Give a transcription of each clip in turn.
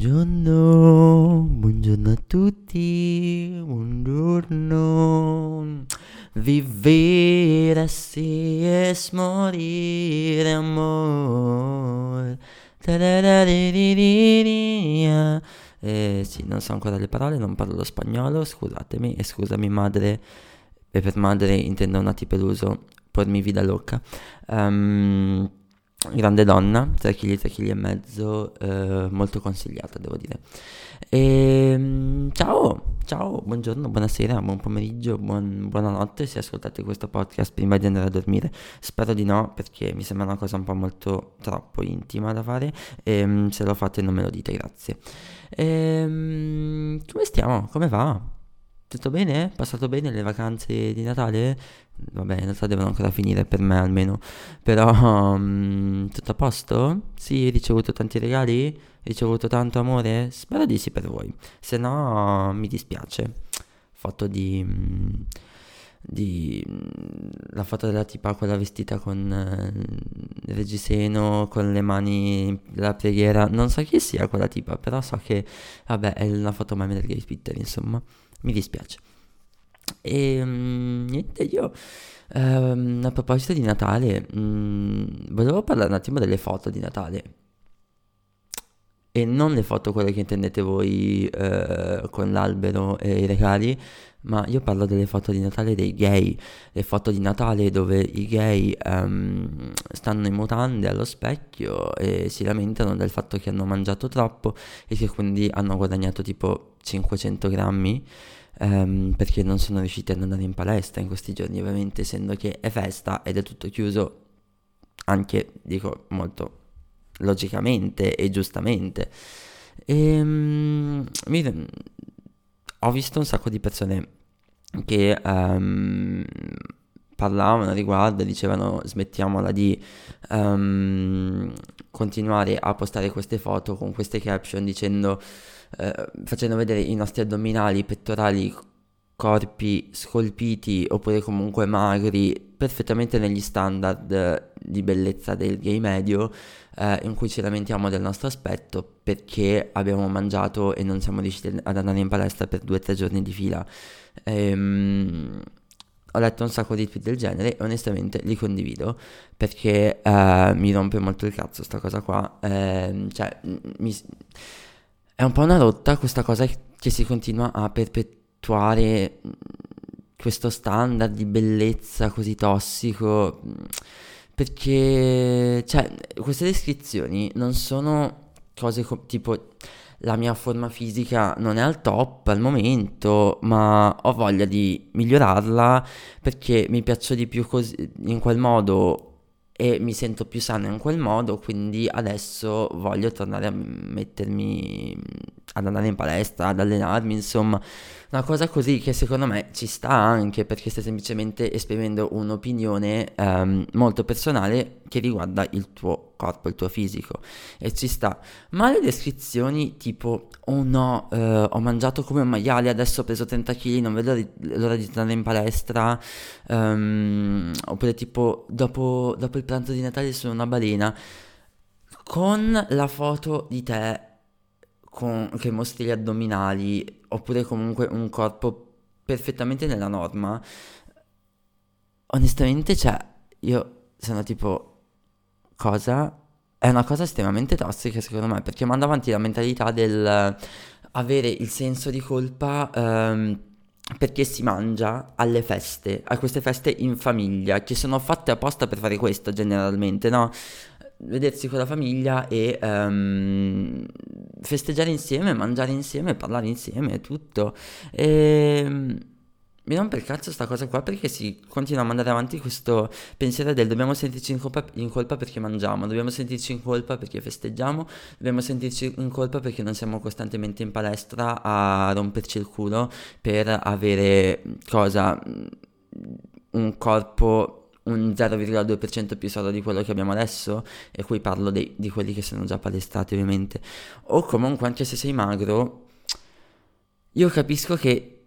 Buongiorno, buongiorno a tutti, buongiorno. Vivere así es morir de amor. Tararaririria. Sì, non so ancora le parole, non parlo lo spagnolo, scusatemi, e scusami madre, e per madre intendo Nati Peluso, pormi vida loca. Grande donna, 3 kg, 3 kg e mezzo, molto consigliata devo dire. Ciao, ciao, buongiorno, buonasera, buon pomeriggio, buonanotte se ascoltate questo podcast prima di andare a dormire. Spero di no perché mi sembra una cosa un po' molto troppo intima da fare e se lo fate non me lo dite, grazie. Come stiamo? Come va? Tutto bene? Passato bene le vacanze di Natale? Vabbè, in realtà devono ancora finire per me almeno. Però, tutto a posto? Sì, hai ricevuto tanti regali? Hai ricevuto tanto amore? Spero di sì per voi. Se no, mi dispiace. Foto la foto della tipa quella vestita con il reggiseno, con le mani della preghiera. Non so chi sia quella tipa, però so che, vabbè, è una foto meme del gay Twitter, insomma. Mi dispiace. E niente, io a proposito di Natale, volevo parlare un attimo delle foto di Natale. E non le foto quelle che intendete voi con l'albero e i regali, ma io parlo delle foto di Natale dei gay, le foto di Natale dove i gay stanno in mutande allo specchio e si lamentano del fatto che hanno mangiato troppo e che quindi hanno guadagnato tipo 500 grammi perché non sono riusciti ad andare in palestra in questi giorni, ovviamente essendo che è festa ed è tutto chiuso, anche dico molto logicamente e giustamente. Ho visto un sacco di persone che parlavano a riguardo, dicevano smettiamola di continuare a postare queste foto con queste caption dicendo facendo vedere i nostri addominali, pettorali, corpi scolpiti oppure comunque magri, perfettamente negli standard di bellezza del gay medio, in cui ci lamentiamo del nostro aspetto perché abbiamo mangiato e non siamo riusciti ad andare in palestra per 2 o 3 giorni di fila. Ho letto un sacco di tweet del genere e onestamente li condivido perché mi rompe molto il cazzo sta cosa qua. Cioè, è un po' una rotta questa cosa che si continua a perpetuare questo standard di bellezza così tossico. Perché, cioè, queste descrizioni non sono cose tipo la mia forma fisica non è al top al momento, ma ho voglia di migliorarla perché mi piaccio di più così, in quel modo e mi sento più sano in quel modo, quindi adesso voglio tornare a mettermi ad andare in palestra, ad allenarmi, insomma, una cosa così che secondo me ci sta anche perché stai semplicemente esprimendo un'opinione molto personale che riguarda il tuo corpo, il tuo fisico e ci sta. Ma le descrizioni tipo oh no, ho mangiato come un maiale, adesso ho preso 30 kg, non vedo l'ora di tornare in palestra, oppure tipo dopo il pranzo di Natale sono una balena, con la foto di te che mostri gli addominali, oppure comunque un corpo perfettamente nella norma, onestamente, cioè, io sono tipo, cosa? È una cosa estremamente tossica secondo me, perché manda avanti la mentalità del avere il senso di colpa perché si mangia alle feste, a queste feste in famiglia, che sono fatte apposta per fare questo generalmente, no? Vedersi con la famiglia e festeggiare insieme, mangiare insieme, parlare insieme, tutto. E mi rompe il cazzo sta cosa qua perché si continua a mandare avanti questo pensiero del dobbiamo sentirci in colpa perché mangiamo, dobbiamo sentirci in colpa perché festeggiamo, dobbiamo sentirci in colpa perché non siamo costantemente in palestra a romperci il culo per avere cosa? Un corpo un 0,2% più solo di quello che abbiamo adesso, e qui parlo di quelli che sono già palestrati ovviamente, o comunque anche se sei magro, io capisco che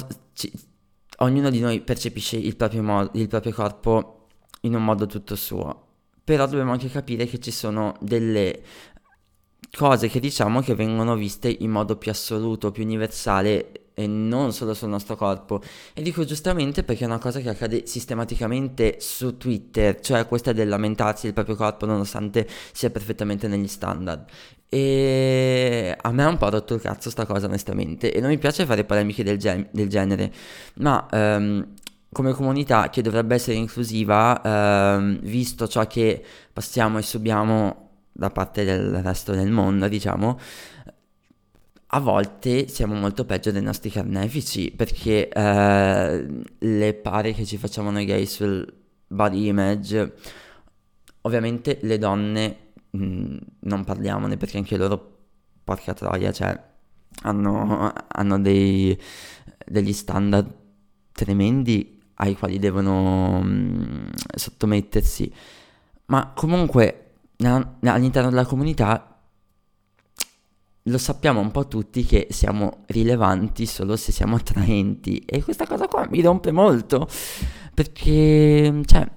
ognuno di noi percepisce il proprio corpo in un modo tutto suo, però dobbiamo anche capire che ci sono delle cose che diciamo che vengono viste in modo più assoluto, più universale e non solo sul nostro corpo. E dico giustamente perché è una cosa che accade sistematicamente su Twitter, cioè questa del lamentarsi del proprio corpo nonostante sia perfettamente negli standard. E a me ha un po' rotto il cazzo sta cosa onestamente e non mi piace fare polemiche del genere, ma come comunità che dovrebbe essere inclusiva, visto ciò che passiamo e subiamo da parte del resto del mondo, diciamo, a volte siamo molto peggio dei nostri carnefici perché le pare che ci facciamo noi gay sul body image, ovviamente le donne non parliamone perché anche loro, porca troia, cioè hanno degli standard tremendi ai quali devono sottomettersi, ma comunque all'interno della comunità lo sappiamo un po' tutti che siamo rilevanti solo se siamo attraenti e questa cosa qua mi rompe molto perché, cioè,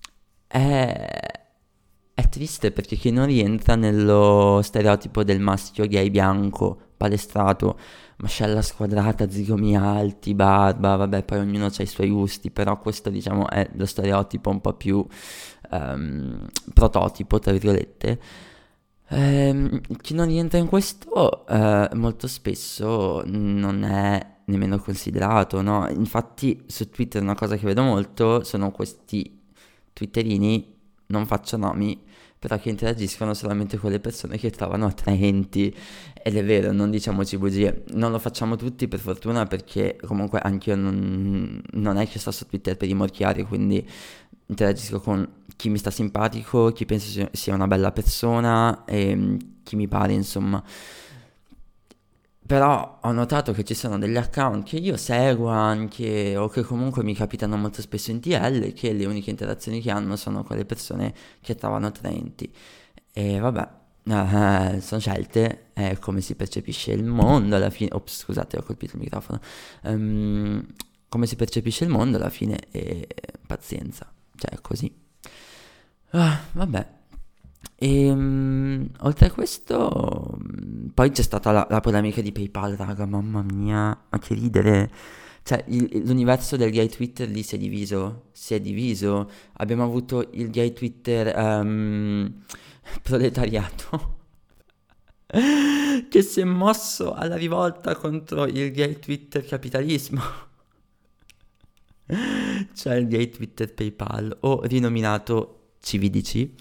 è triste perché chi non rientra nello stereotipo del maschio gay bianco, palestrato, mascella squadrata, zigomi alti, barba, vabbè, poi ognuno ha i suoi gusti, però questo diciamo è lo stereotipo un po' più prototipo, tra virgolette. Chi non rientra in questo molto spesso non è nemmeno considerato, no? Infatti su Twitter una cosa che vedo molto sono questi twitterini, non faccio nomi, però che interagiscono solamente con le persone che trovano attraenti. Ed è vero, non diciamoci bugie, non lo facciamo tutti per fortuna perché comunque anch'io non è che sto su Twitter per rimorchiare, quindi interagisco con chi mi sta simpatico, chi penso sia una bella persona e chi mi pare, insomma. Però ho notato che ci sono degli account che io seguo anche o che comunque mi capitano molto spesso in TL che le uniche interazioni che hanno sono con le persone che trovano attraenti. E vabbè, sono scelte, è come si percepisce il mondo alla fine. Ops, scusate, ho colpito il microfono. Come si percepisce il mondo alla fine e pazienza, cioè è così. Vabbè. Oltre a questo, poi c'è stata la polemica di PayPal, raga, mamma mia, ma che ridere. Cioè, l'universo del gay Twitter lì si è diviso. Abbiamo avuto il gay Twitter proletariato che si è mosso alla rivolta contro il gay Twitter capitalismo. Cioè il gay Twitter PayPal, o rinominato CVDC.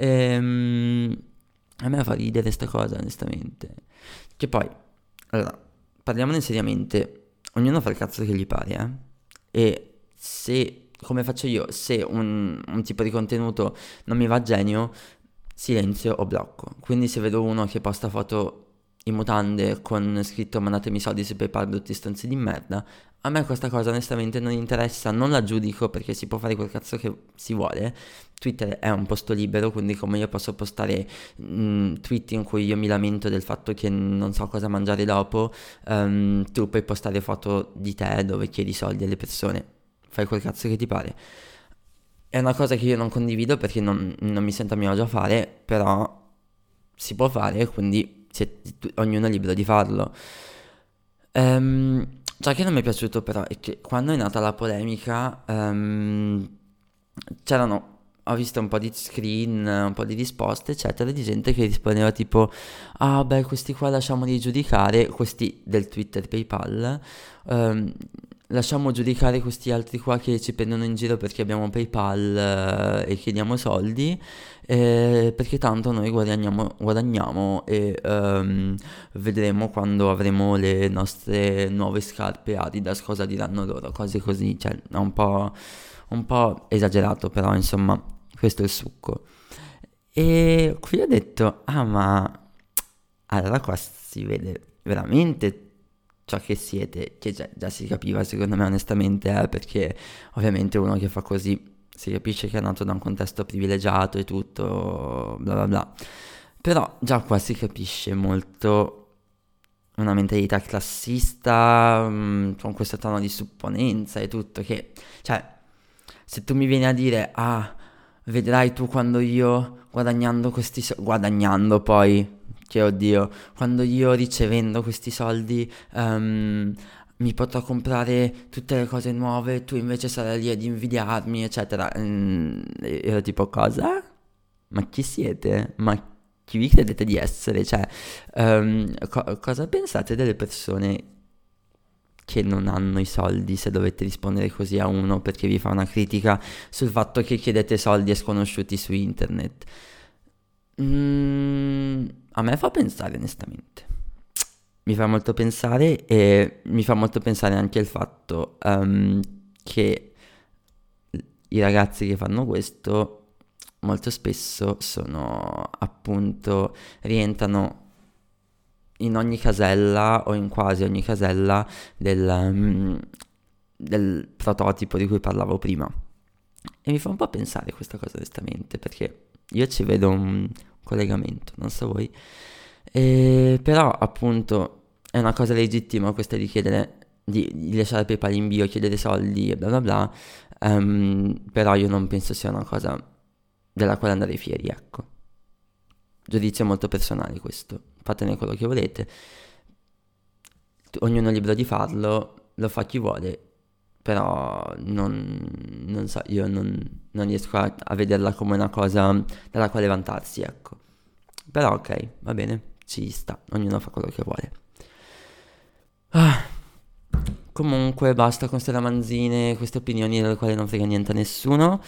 A me fa ridere sta cosa, onestamente. Che poi, allora, parliamone seriamente. Ognuno fa il cazzo che gli pare, E se, come faccio io, se un tipo di contenuto non mi va a genio, silenzio o blocco. Quindi se vedo uno che posta foto in mutande con scritto mandatemi soldi su PayPal, tutti stronzi di merda, a me questa cosa onestamente non interessa, non la giudico perché si può fare quel cazzo che si vuole. Twitter è un posto libero, quindi come io posso postare tweet in cui io mi lamento del fatto che non so cosa mangiare dopo, tu puoi postare foto di te dove chiedi soldi alle persone, fai quel cazzo che ti pare. È una cosa che io non condivido perché non mi sento a mio agio a fare, però si può fare, quindi ognuno è libero di farlo. Ciò che non mi è piaciuto però è che quando è nata la polemica ho visto un po' di screen, un po' di risposte eccetera di gente che rispondeva tipo ah beh questi qua lasciamoli giudicare, questi del Twitter PayPal, lasciamo giudicare questi altri qua che ci prendono in giro perché abbiamo PayPal e chiediamo soldi, perché tanto noi guadagniamo e vedremo quando avremo le nostre nuove scarpe Adidas cosa diranno loro, cose così, cioè è un po' esagerato, però insomma questo è il succo. E qui ho detto ah ma allora qua si vede veramente ciò che siete, che già si capiva secondo me onestamente, perché ovviamente uno che fa così si capisce che è nato da un contesto privilegiato e tutto, bla bla bla. Però già qua si capisce molto una mentalità classista, con questo tono di supponenza e tutto, che, cioè, se tu mi vieni a dire, ah, vedrai tu quando io guadagnando guadagnando poi, che oddio, quando io ricevendo questi soldi mi potrò comprare tutte le cose nuove, tu invece sarai lì ad invidiarmi, eccetera. E ero tipo, cosa? Ma chi siete? Ma chi vi credete di essere? Cioè, cosa pensate delle persone che non hanno i soldi se dovete rispondere così a uno perché vi fa una critica sul fatto che chiedete soldi a sconosciuti su internet? A me fa pensare onestamente. Mi fa molto pensare e mi fa molto pensare anche il fatto che i ragazzi che fanno questo molto spesso sono appunto rientrano in ogni casella o in quasi ogni casella del prototipo di cui parlavo prima. E mi fa un po' pensare questa cosa onestamente, perché io ci vedo un collegamento, non so voi. Però appunto è una cosa legittima questa di chiedere, di lasciare PayPal in bio, chiedere soldi e bla bla bla. Però io non penso sia una cosa della quale andare fieri, ecco. Giudizio molto personale questo, fatene quello che volete. Ognuno è libero di farlo, lo fa chi vuole, però non so, io non riesco a vederla come una cosa dalla quale vantarsi, ecco. Però ok, va bene, ci sta, ognuno fa quello che vuole. Ah, comunque basta con queste ramanzine, queste opinioni delle quali non frega niente a nessuno.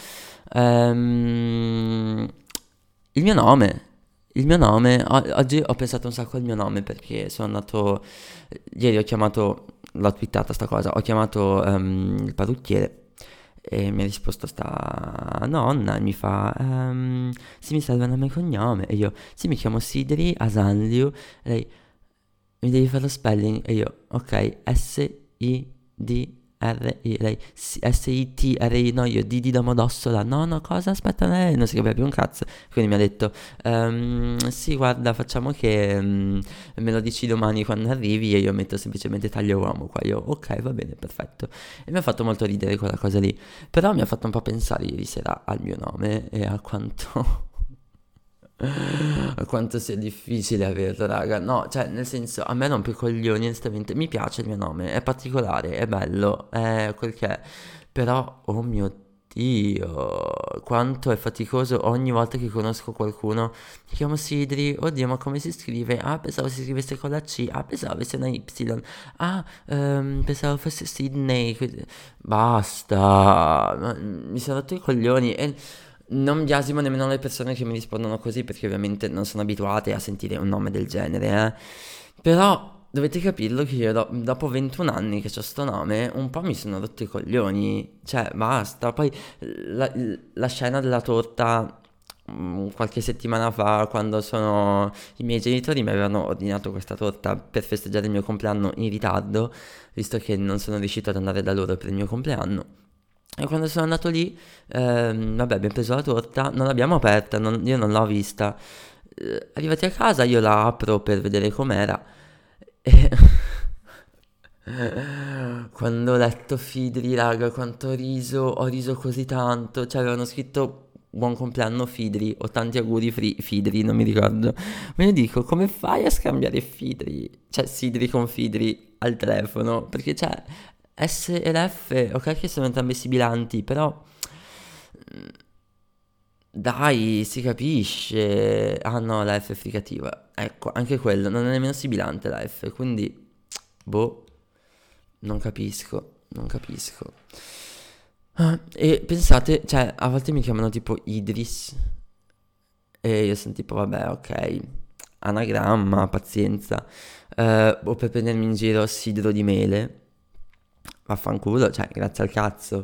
Il mio nome. Il mio nome, oggi ho pensato un sacco al mio nome perché sono andato, ieri ho chiamato, l'ho twittata sta cosa, ho chiamato il parrucchiere e mi ha risposto sta nonna e mi fa, sì mi serve nome e cognome e io, sì mi chiamo Sidri Asanliu, e lei, mi devi fare lo spelling e io, ok, S-I-D-R-I, lei, S-I-T-R-I, no io, D di Domodossola, no cosa, aspetta lei, non si capiva più un cazzo, quindi mi ha detto, sì guarda facciamo che me lo dici domani quando arrivi e io metto semplicemente taglio uomo qua, io, ok va bene, perfetto, e mi ha fatto molto ridere quella cosa lì, però mi ha fatto un po' pensare ieri sera al mio nome e a quanto... quanto sia difficile averlo, raga. No, cioè, nel senso, a me rompe i coglioni, onestamente. Mi piace il mio nome, è particolare, è bello, è quel che è. Però, oh mio Dio, quanto è faticoso ogni volta che conosco qualcuno. Mi chiamo Sidri, oddio, ma come si scrive? Ah, pensavo si scrivesse con la C. Ah, pensavo avesse una Y. Ah, pensavo fosse Sydney. Basta, mi sono rotto i coglioni e... Non biasimo nemmeno le persone che mi rispondono così perché ovviamente non sono abituate a sentire un nome del genere, Però dovete capirlo che io dopo 21 anni che ho sto nome un po' mi sono rotto i coglioni, cioè basta. Poi la scena della torta qualche settimana fa quando i miei genitori mi avevano ordinato questa torta per festeggiare il mio compleanno in ritardo, visto che non sono riuscito ad andare da loro per il mio compleanno. E quando sono andato lì, vabbè, abbiamo preso la torta, non l'abbiamo aperta, io non l'ho vista. Arrivati a casa io la apro per vedere com'era. E quando ho letto Fidri, raga, quanto ho riso così tanto. Cioè, avevano scritto buon compleanno Fidri o tanti auguri Fidri, non mi ricordo. Me ne dico, come fai a scambiare Fidri? Cioè, Sidri con Fidri al telefono? Perché, cioè, S e l'F, ok che sono entrambi sibilanti, però... Dai, si capisce. Ah no, la F è fricativa. Ecco, anche quello, non è nemmeno sibilante la F, quindi... Boh, non capisco, non capisco. E pensate, cioè, a volte mi chiamano tipo Idris. E io sono tipo, vabbè, ok, anagramma, pazienza. O per prendermi in giro sidro di mele. Vaffanculo, cioè, grazie al cazzo.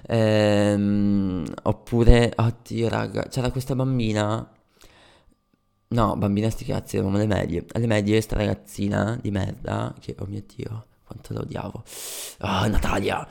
Oppure, oddio, raga, c'era questa bambina. No, bambina sti cazzi, eravamo alle medie. Alle medie, sta ragazzina di merda, che, oh mio Dio, quanto la odiavo. Ah, Natalia.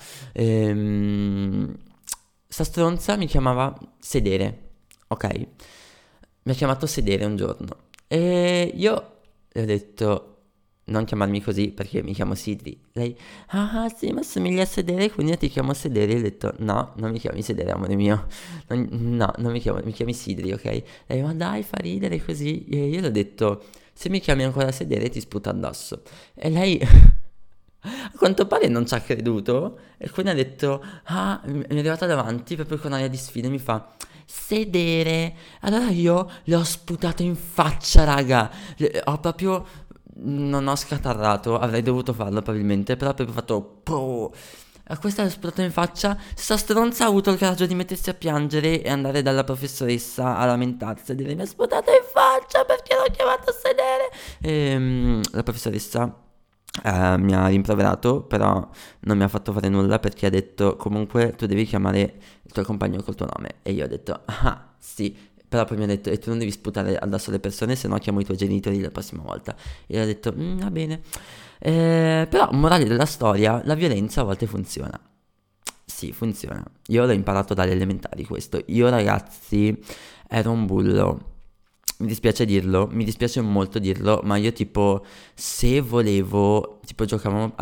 Sta stronza mi chiamava sedere, ok? Mi ha chiamato sedere un giorno. E io le ho detto, non chiamarmi così perché mi chiamo Sidri. Lei, ah sì, ma somiglia a sedere, quindi io ti chiamo sedere. Io ho detto, no, non mi chiami sedere, amore mio. No, non mi chiami Sidri, ok? Lei, ma dai, fa ridere così. E io le ho detto, se mi chiami ancora a sedere ti sputo addosso. E lei a quanto pare non ci ha creduto e quindi ha detto, mi è arrivata davanti proprio con aria di sfida e mi fa, sedere. Allora io le ho sputato in faccia, raga. Ho proprio, non ho scatarrato, avrei dovuto farlo probabilmente, però ho proprio fatto, poh. A questa l'ho sputato in faccia. Sta stronza ha avuto il coraggio di mettersi a piangere e andare dalla professoressa a lamentarsi e dire mi ha sputato in faccia perché l'ho chiamato a sedere. E la professoressa mi ha rimproverato, però non mi ha fatto fare nulla perché ha detto comunque tu devi chiamare il tuo compagno col tuo nome. E io ho detto sì, però poi mi ha detto e tu non devi sputare addosso alle persone, se no chiamo i tuoi genitori la prossima volta. E io ho detto va bene. Però, morale della storia, la violenza a volte funziona. Sì, funziona. Io l'ho imparato dalle elementari questo. Io, ragazzi, ero un bullo. Mi dispiace dirlo, mi dispiace molto dirlo, ma io tipo, se volevo, tipo giocavamo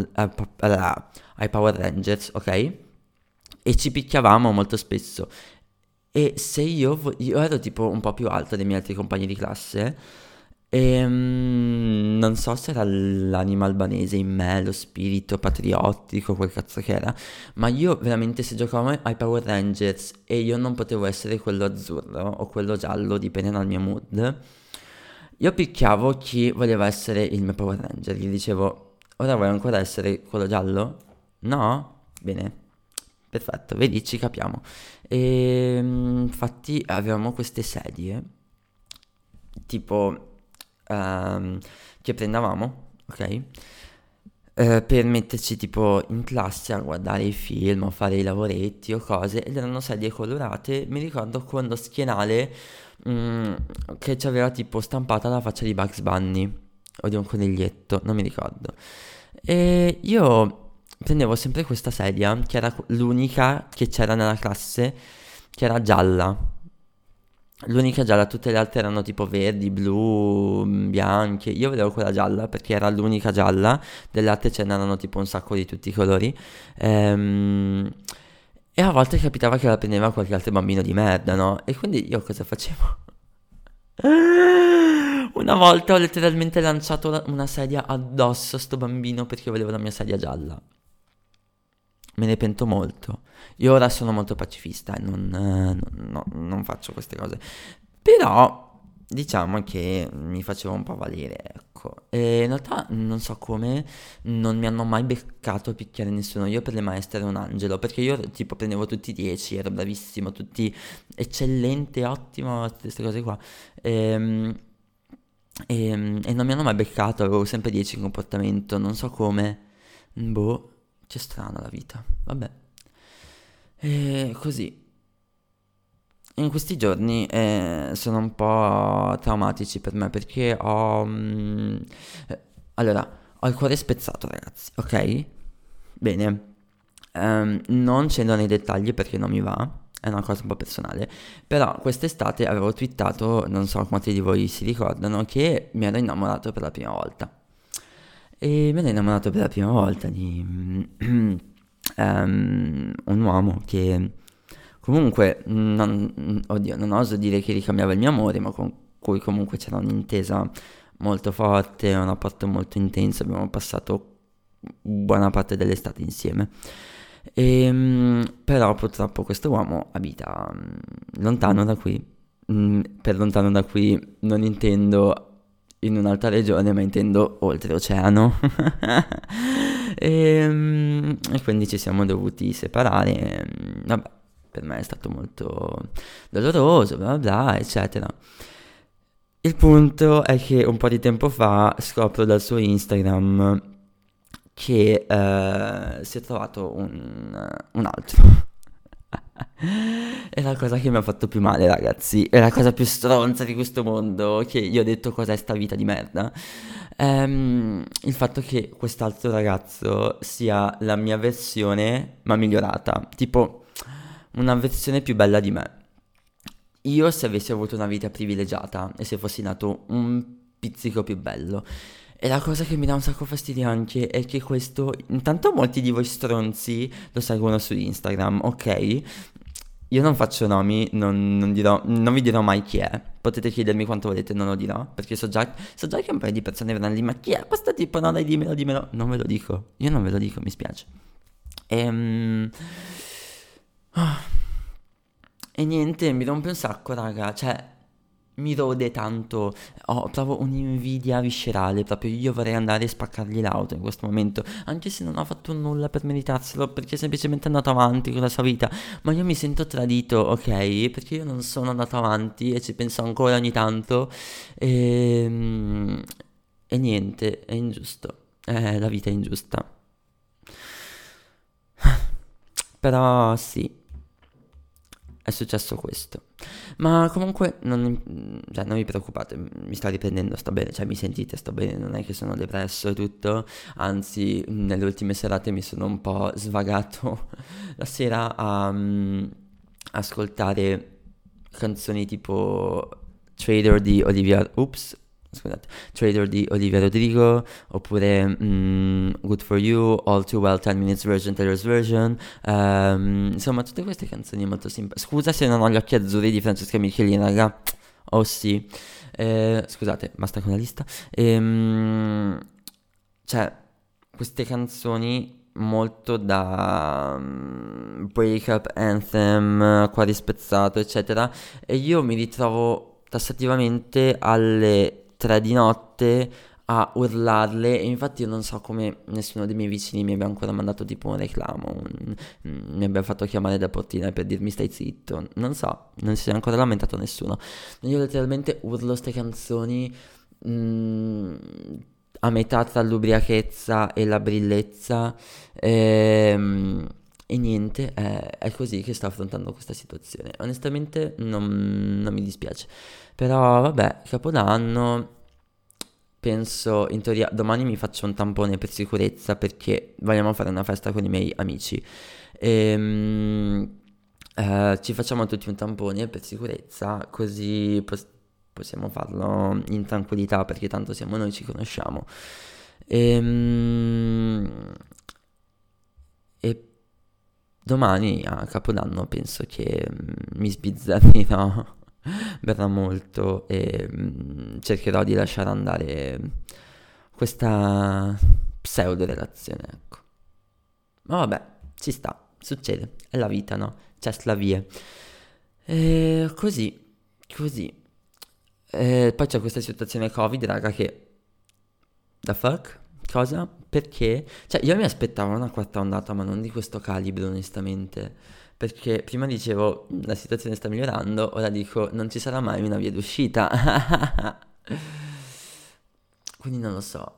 ai Power Rangers, ok? E ci picchiavamo molto spesso. E se io ero tipo un po' più alto dei miei altri compagni di classe, e non so se era l'anima albanese in me, lo spirito patriottico, quel cazzo che era, ma io veramente se giocavamo ai Power Rangers e io non potevo essere quello azzurro o quello giallo, dipende dal mio mood, io picchiavo chi voleva essere il mio Power Ranger, gli dicevo, ora vuoi ancora essere quello giallo? No? Bene, perfetto, vedi, ci capiamo. E infatti avevamo queste sedie, tipo che prendevamo, ok? Per metterci tipo in classe a guardare i film o fare i lavoretti o cose ed erano sedie colorate, mi ricordo con lo schienale mm, che ci aveva tipo stampata la faccia di Bugs Bunny o di un coniglietto, non mi ricordo. E io prendevo sempre questa sedia che era l'unica che c'era nella classe che era gialla. L'unica gialla, tutte le altre erano tipo verdi, blu, bianche. Io vedevo quella gialla perché era l'unica gialla, delle altre ce n'erano tipo un sacco di tutti i colori. Ehm, E a volte capitava che la prendeva qualche altro bambino di merda, no? E quindi io cosa facevo? Una volta ho letteralmente lanciato una sedia addosso a sto bambino perché volevo la mia sedia gialla. Me ne pento molto. Io ora sono molto pacifista e non faccio queste cose. Però diciamo che mi facevo un po' valere, ecco. E in realtà non so come non mi hanno mai beccato a picchiare nessuno. Io per le maestre ero un angelo, perché io tipo prendevo tutti i 10, ero bravissimo, tutti eccellente, ottimo, tutte queste cose qua. Ehm, e non mi hanno mai beccato, avevo sempre 10 in comportamento, non so come. Boh, c'è strana la vita, vabbè. E così. In questi giorni sono un po' traumatici per me perché eh, allora, ho il cuore spezzato, ragazzi, ok? Bene. Non scendo nei dettagli perché non mi va, è una cosa un po' personale, però quest'estate avevo twittato, non so quanti di voi si ricordano, che mi ero innamorato per la prima volta. E me ne ero innamorato per la prima volta di un uomo che comunque, oddio, non oso dire che ricambiava il mio amore, ma con cui comunque c'era un'intesa molto forte, un rapporto molto intenso, abbiamo passato buona parte dell'estate insieme. Però purtroppo questo uomo abita lontano da qui. Per lontano da qui non intendo in un'altra regione, ma intendo oltreoceano. E quindi ci siamo dovuti separare. Vabbè, per me è stato molto doloroso, bla bla bla, eccetera. Il punto è che un po' di tempo fa scopro dal suo Instagram che si è trovato un altro. È la cosa che mi ha fatto più male, ragazzi. È la cosa più stronza di questo mondo. Che io ho detto cos'è sta vita di merda. Il fatto che quest'altro ragazzo sia la mia versione, ma migliorata. Tipo, una versione più bella di me. Io se avessi avuto una vita privilegiata e se fossi nato un pizzico più bello. E la cosa che mi dà un sacco fastidio anche è che questo, intanto molti di voi stronzi lo seguono su Instagram, ok? io non faccio nomi, non vi dirò mai chi è. Potete chiedermi quanto volete, non lo dirò. Perché so già che un paio di persone verranno lì. Ma chi è questo tipo? No, dai, dimmelo, dimmelo. Non ve lo dico. Io non ve lo dico, mi spiace. Ehm... ah, E niente, mi rompe un sacco, raga. Cioè, mi rode tanto. Ho proprio un'invidia viscerale. Proprio io vorrei andare e spaccargli l'auto in questo momento. Anche se non ha fatto nulla per meritarselo. Perché è semplicemente andato avanti con la sua vita. Ma io mi sento tradito, ok? Perché io non sono andato avanti e ci penso ancora ogni tanto. E, e niente, è ingiusto. La vita è ingiusta. Però sì. È successo questo. Ma comunque cioè, non vi preoccupate, mi sto riprendendo, sto bene, cioè mi sentite, sto bene, non è che sono depresso e tutto, anzi nelle ultime serate mi sono un po' svagato la sera a ascoltare canzoni tipo Trader di Olivia, scusate, Trader di Olivia Rodrigo, oppure Good For You, All Too Well, 10 Minutes Version, Taylor's Version, insomma tutte queste canzoni molto simpatiche. Scusa se non ho gli occhi azzurri di Francesca Michelin, raga, oh sì. Scusate, basta con la lista. Cioè, queste canzoni molto da break up anthem, cuore spezzato, eccetera, e io mi ritrovo tassativamente alle 3 di notte a urlarle, e infatti io non so come nessuno dei miei vicini mi abbia ancora mandato tipo un reclamo, mi abbia fatto chiamare da portina per dirmi stai zitto, non so, non si è ancora lamentato nessuno. Io letteralmente urlo ste canzoni mm, a metà tra l'ubriachezza e la brillezza, e niente, è così che sto affrontando questa situazione. Onestamente non mi dispiace. Però vabbè, Capodanno, penso in teoria domani mi faccio un tampone per sicurezza perché vogliamo fare una festa con i miei amici. Ci facciamo tutti un tampone per sicurezza, così possiamo farlo in tranquillità perché tanto siamo noi, ci conosciamo. Ehm, E, domani a Capodanno penso che mi sbizzarrirò verrà molto e cercherò di lasciare andare questa pseudo relazione, ecco. Ma vabbè, ci sta, succede, è la vita, no? C'è la via. E così. Poi c'è questa situazione Covid, raga, che... The fuck? Cosa? Perché? Cioè, io mi aspettavo una quarta ondata, ma non di questo calibro, onestamente. Perché prima dicevo, la situazione sta migliorando, ora dico, non ci sarà mai una via d'uscita. Quindi non lo so,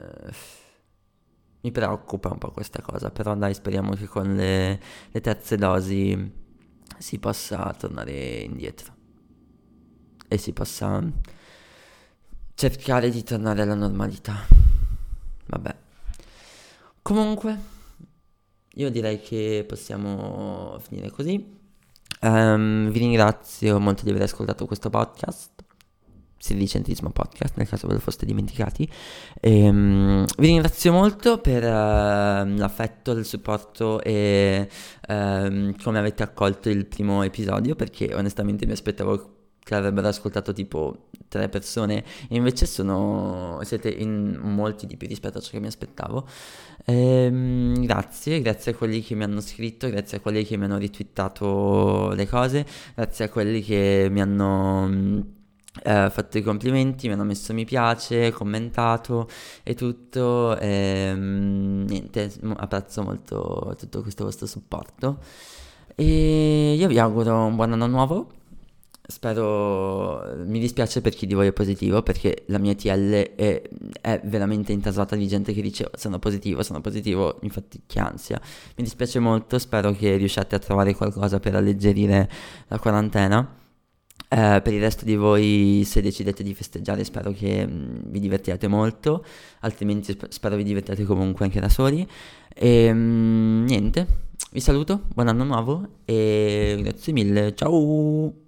mi preoccupa un po' questa cosa, però dai, speriamo che con le terze dosi si possa tornare indietro e si possa cercare di tornare alla normalità. Vabbè. Comunque, io direi che possiamo finire così. Vi ringrazio molto di aver ascoltato questo podcast. Sedicentesimo podcast, nel caso ve lo foste dimenticati. Vi ringrazio molto per l'affetto, il supporto e come avete accolto il primo episodio, perché onestamente mi aspettavo che avrebbero ascoltato tipo 3 persone e invece siete in molti di più rispetto a ciò che mi aspettavo. Grazie a quelli che mi hanno scritto, grazie a quelli che mi hanno retweetato le cose, grazie a quelli che mi hanno fatto i complimenti, mi hanno messo mi piace, commentato e tutto. Niente, apprezzo molto tutto questo vostro supporto e io vi auguro un buon anno nuovo. Spero, mi dispiace per chi di voi è positivo perché la mia TL è veramente intasata di gente che dice sono positivo, infatti che ansia. Mi dispiace molto, spero che riusciate a trovare qualcosa per alleggerire la quarantena. Per il resto di voi, se decidete di festeggiare, spero che vi divertiate molto, altrimenti spero vi divertiate comunque anche da soli. E niente, vi saluto, buon anno nuovo e grazie mille, ciao!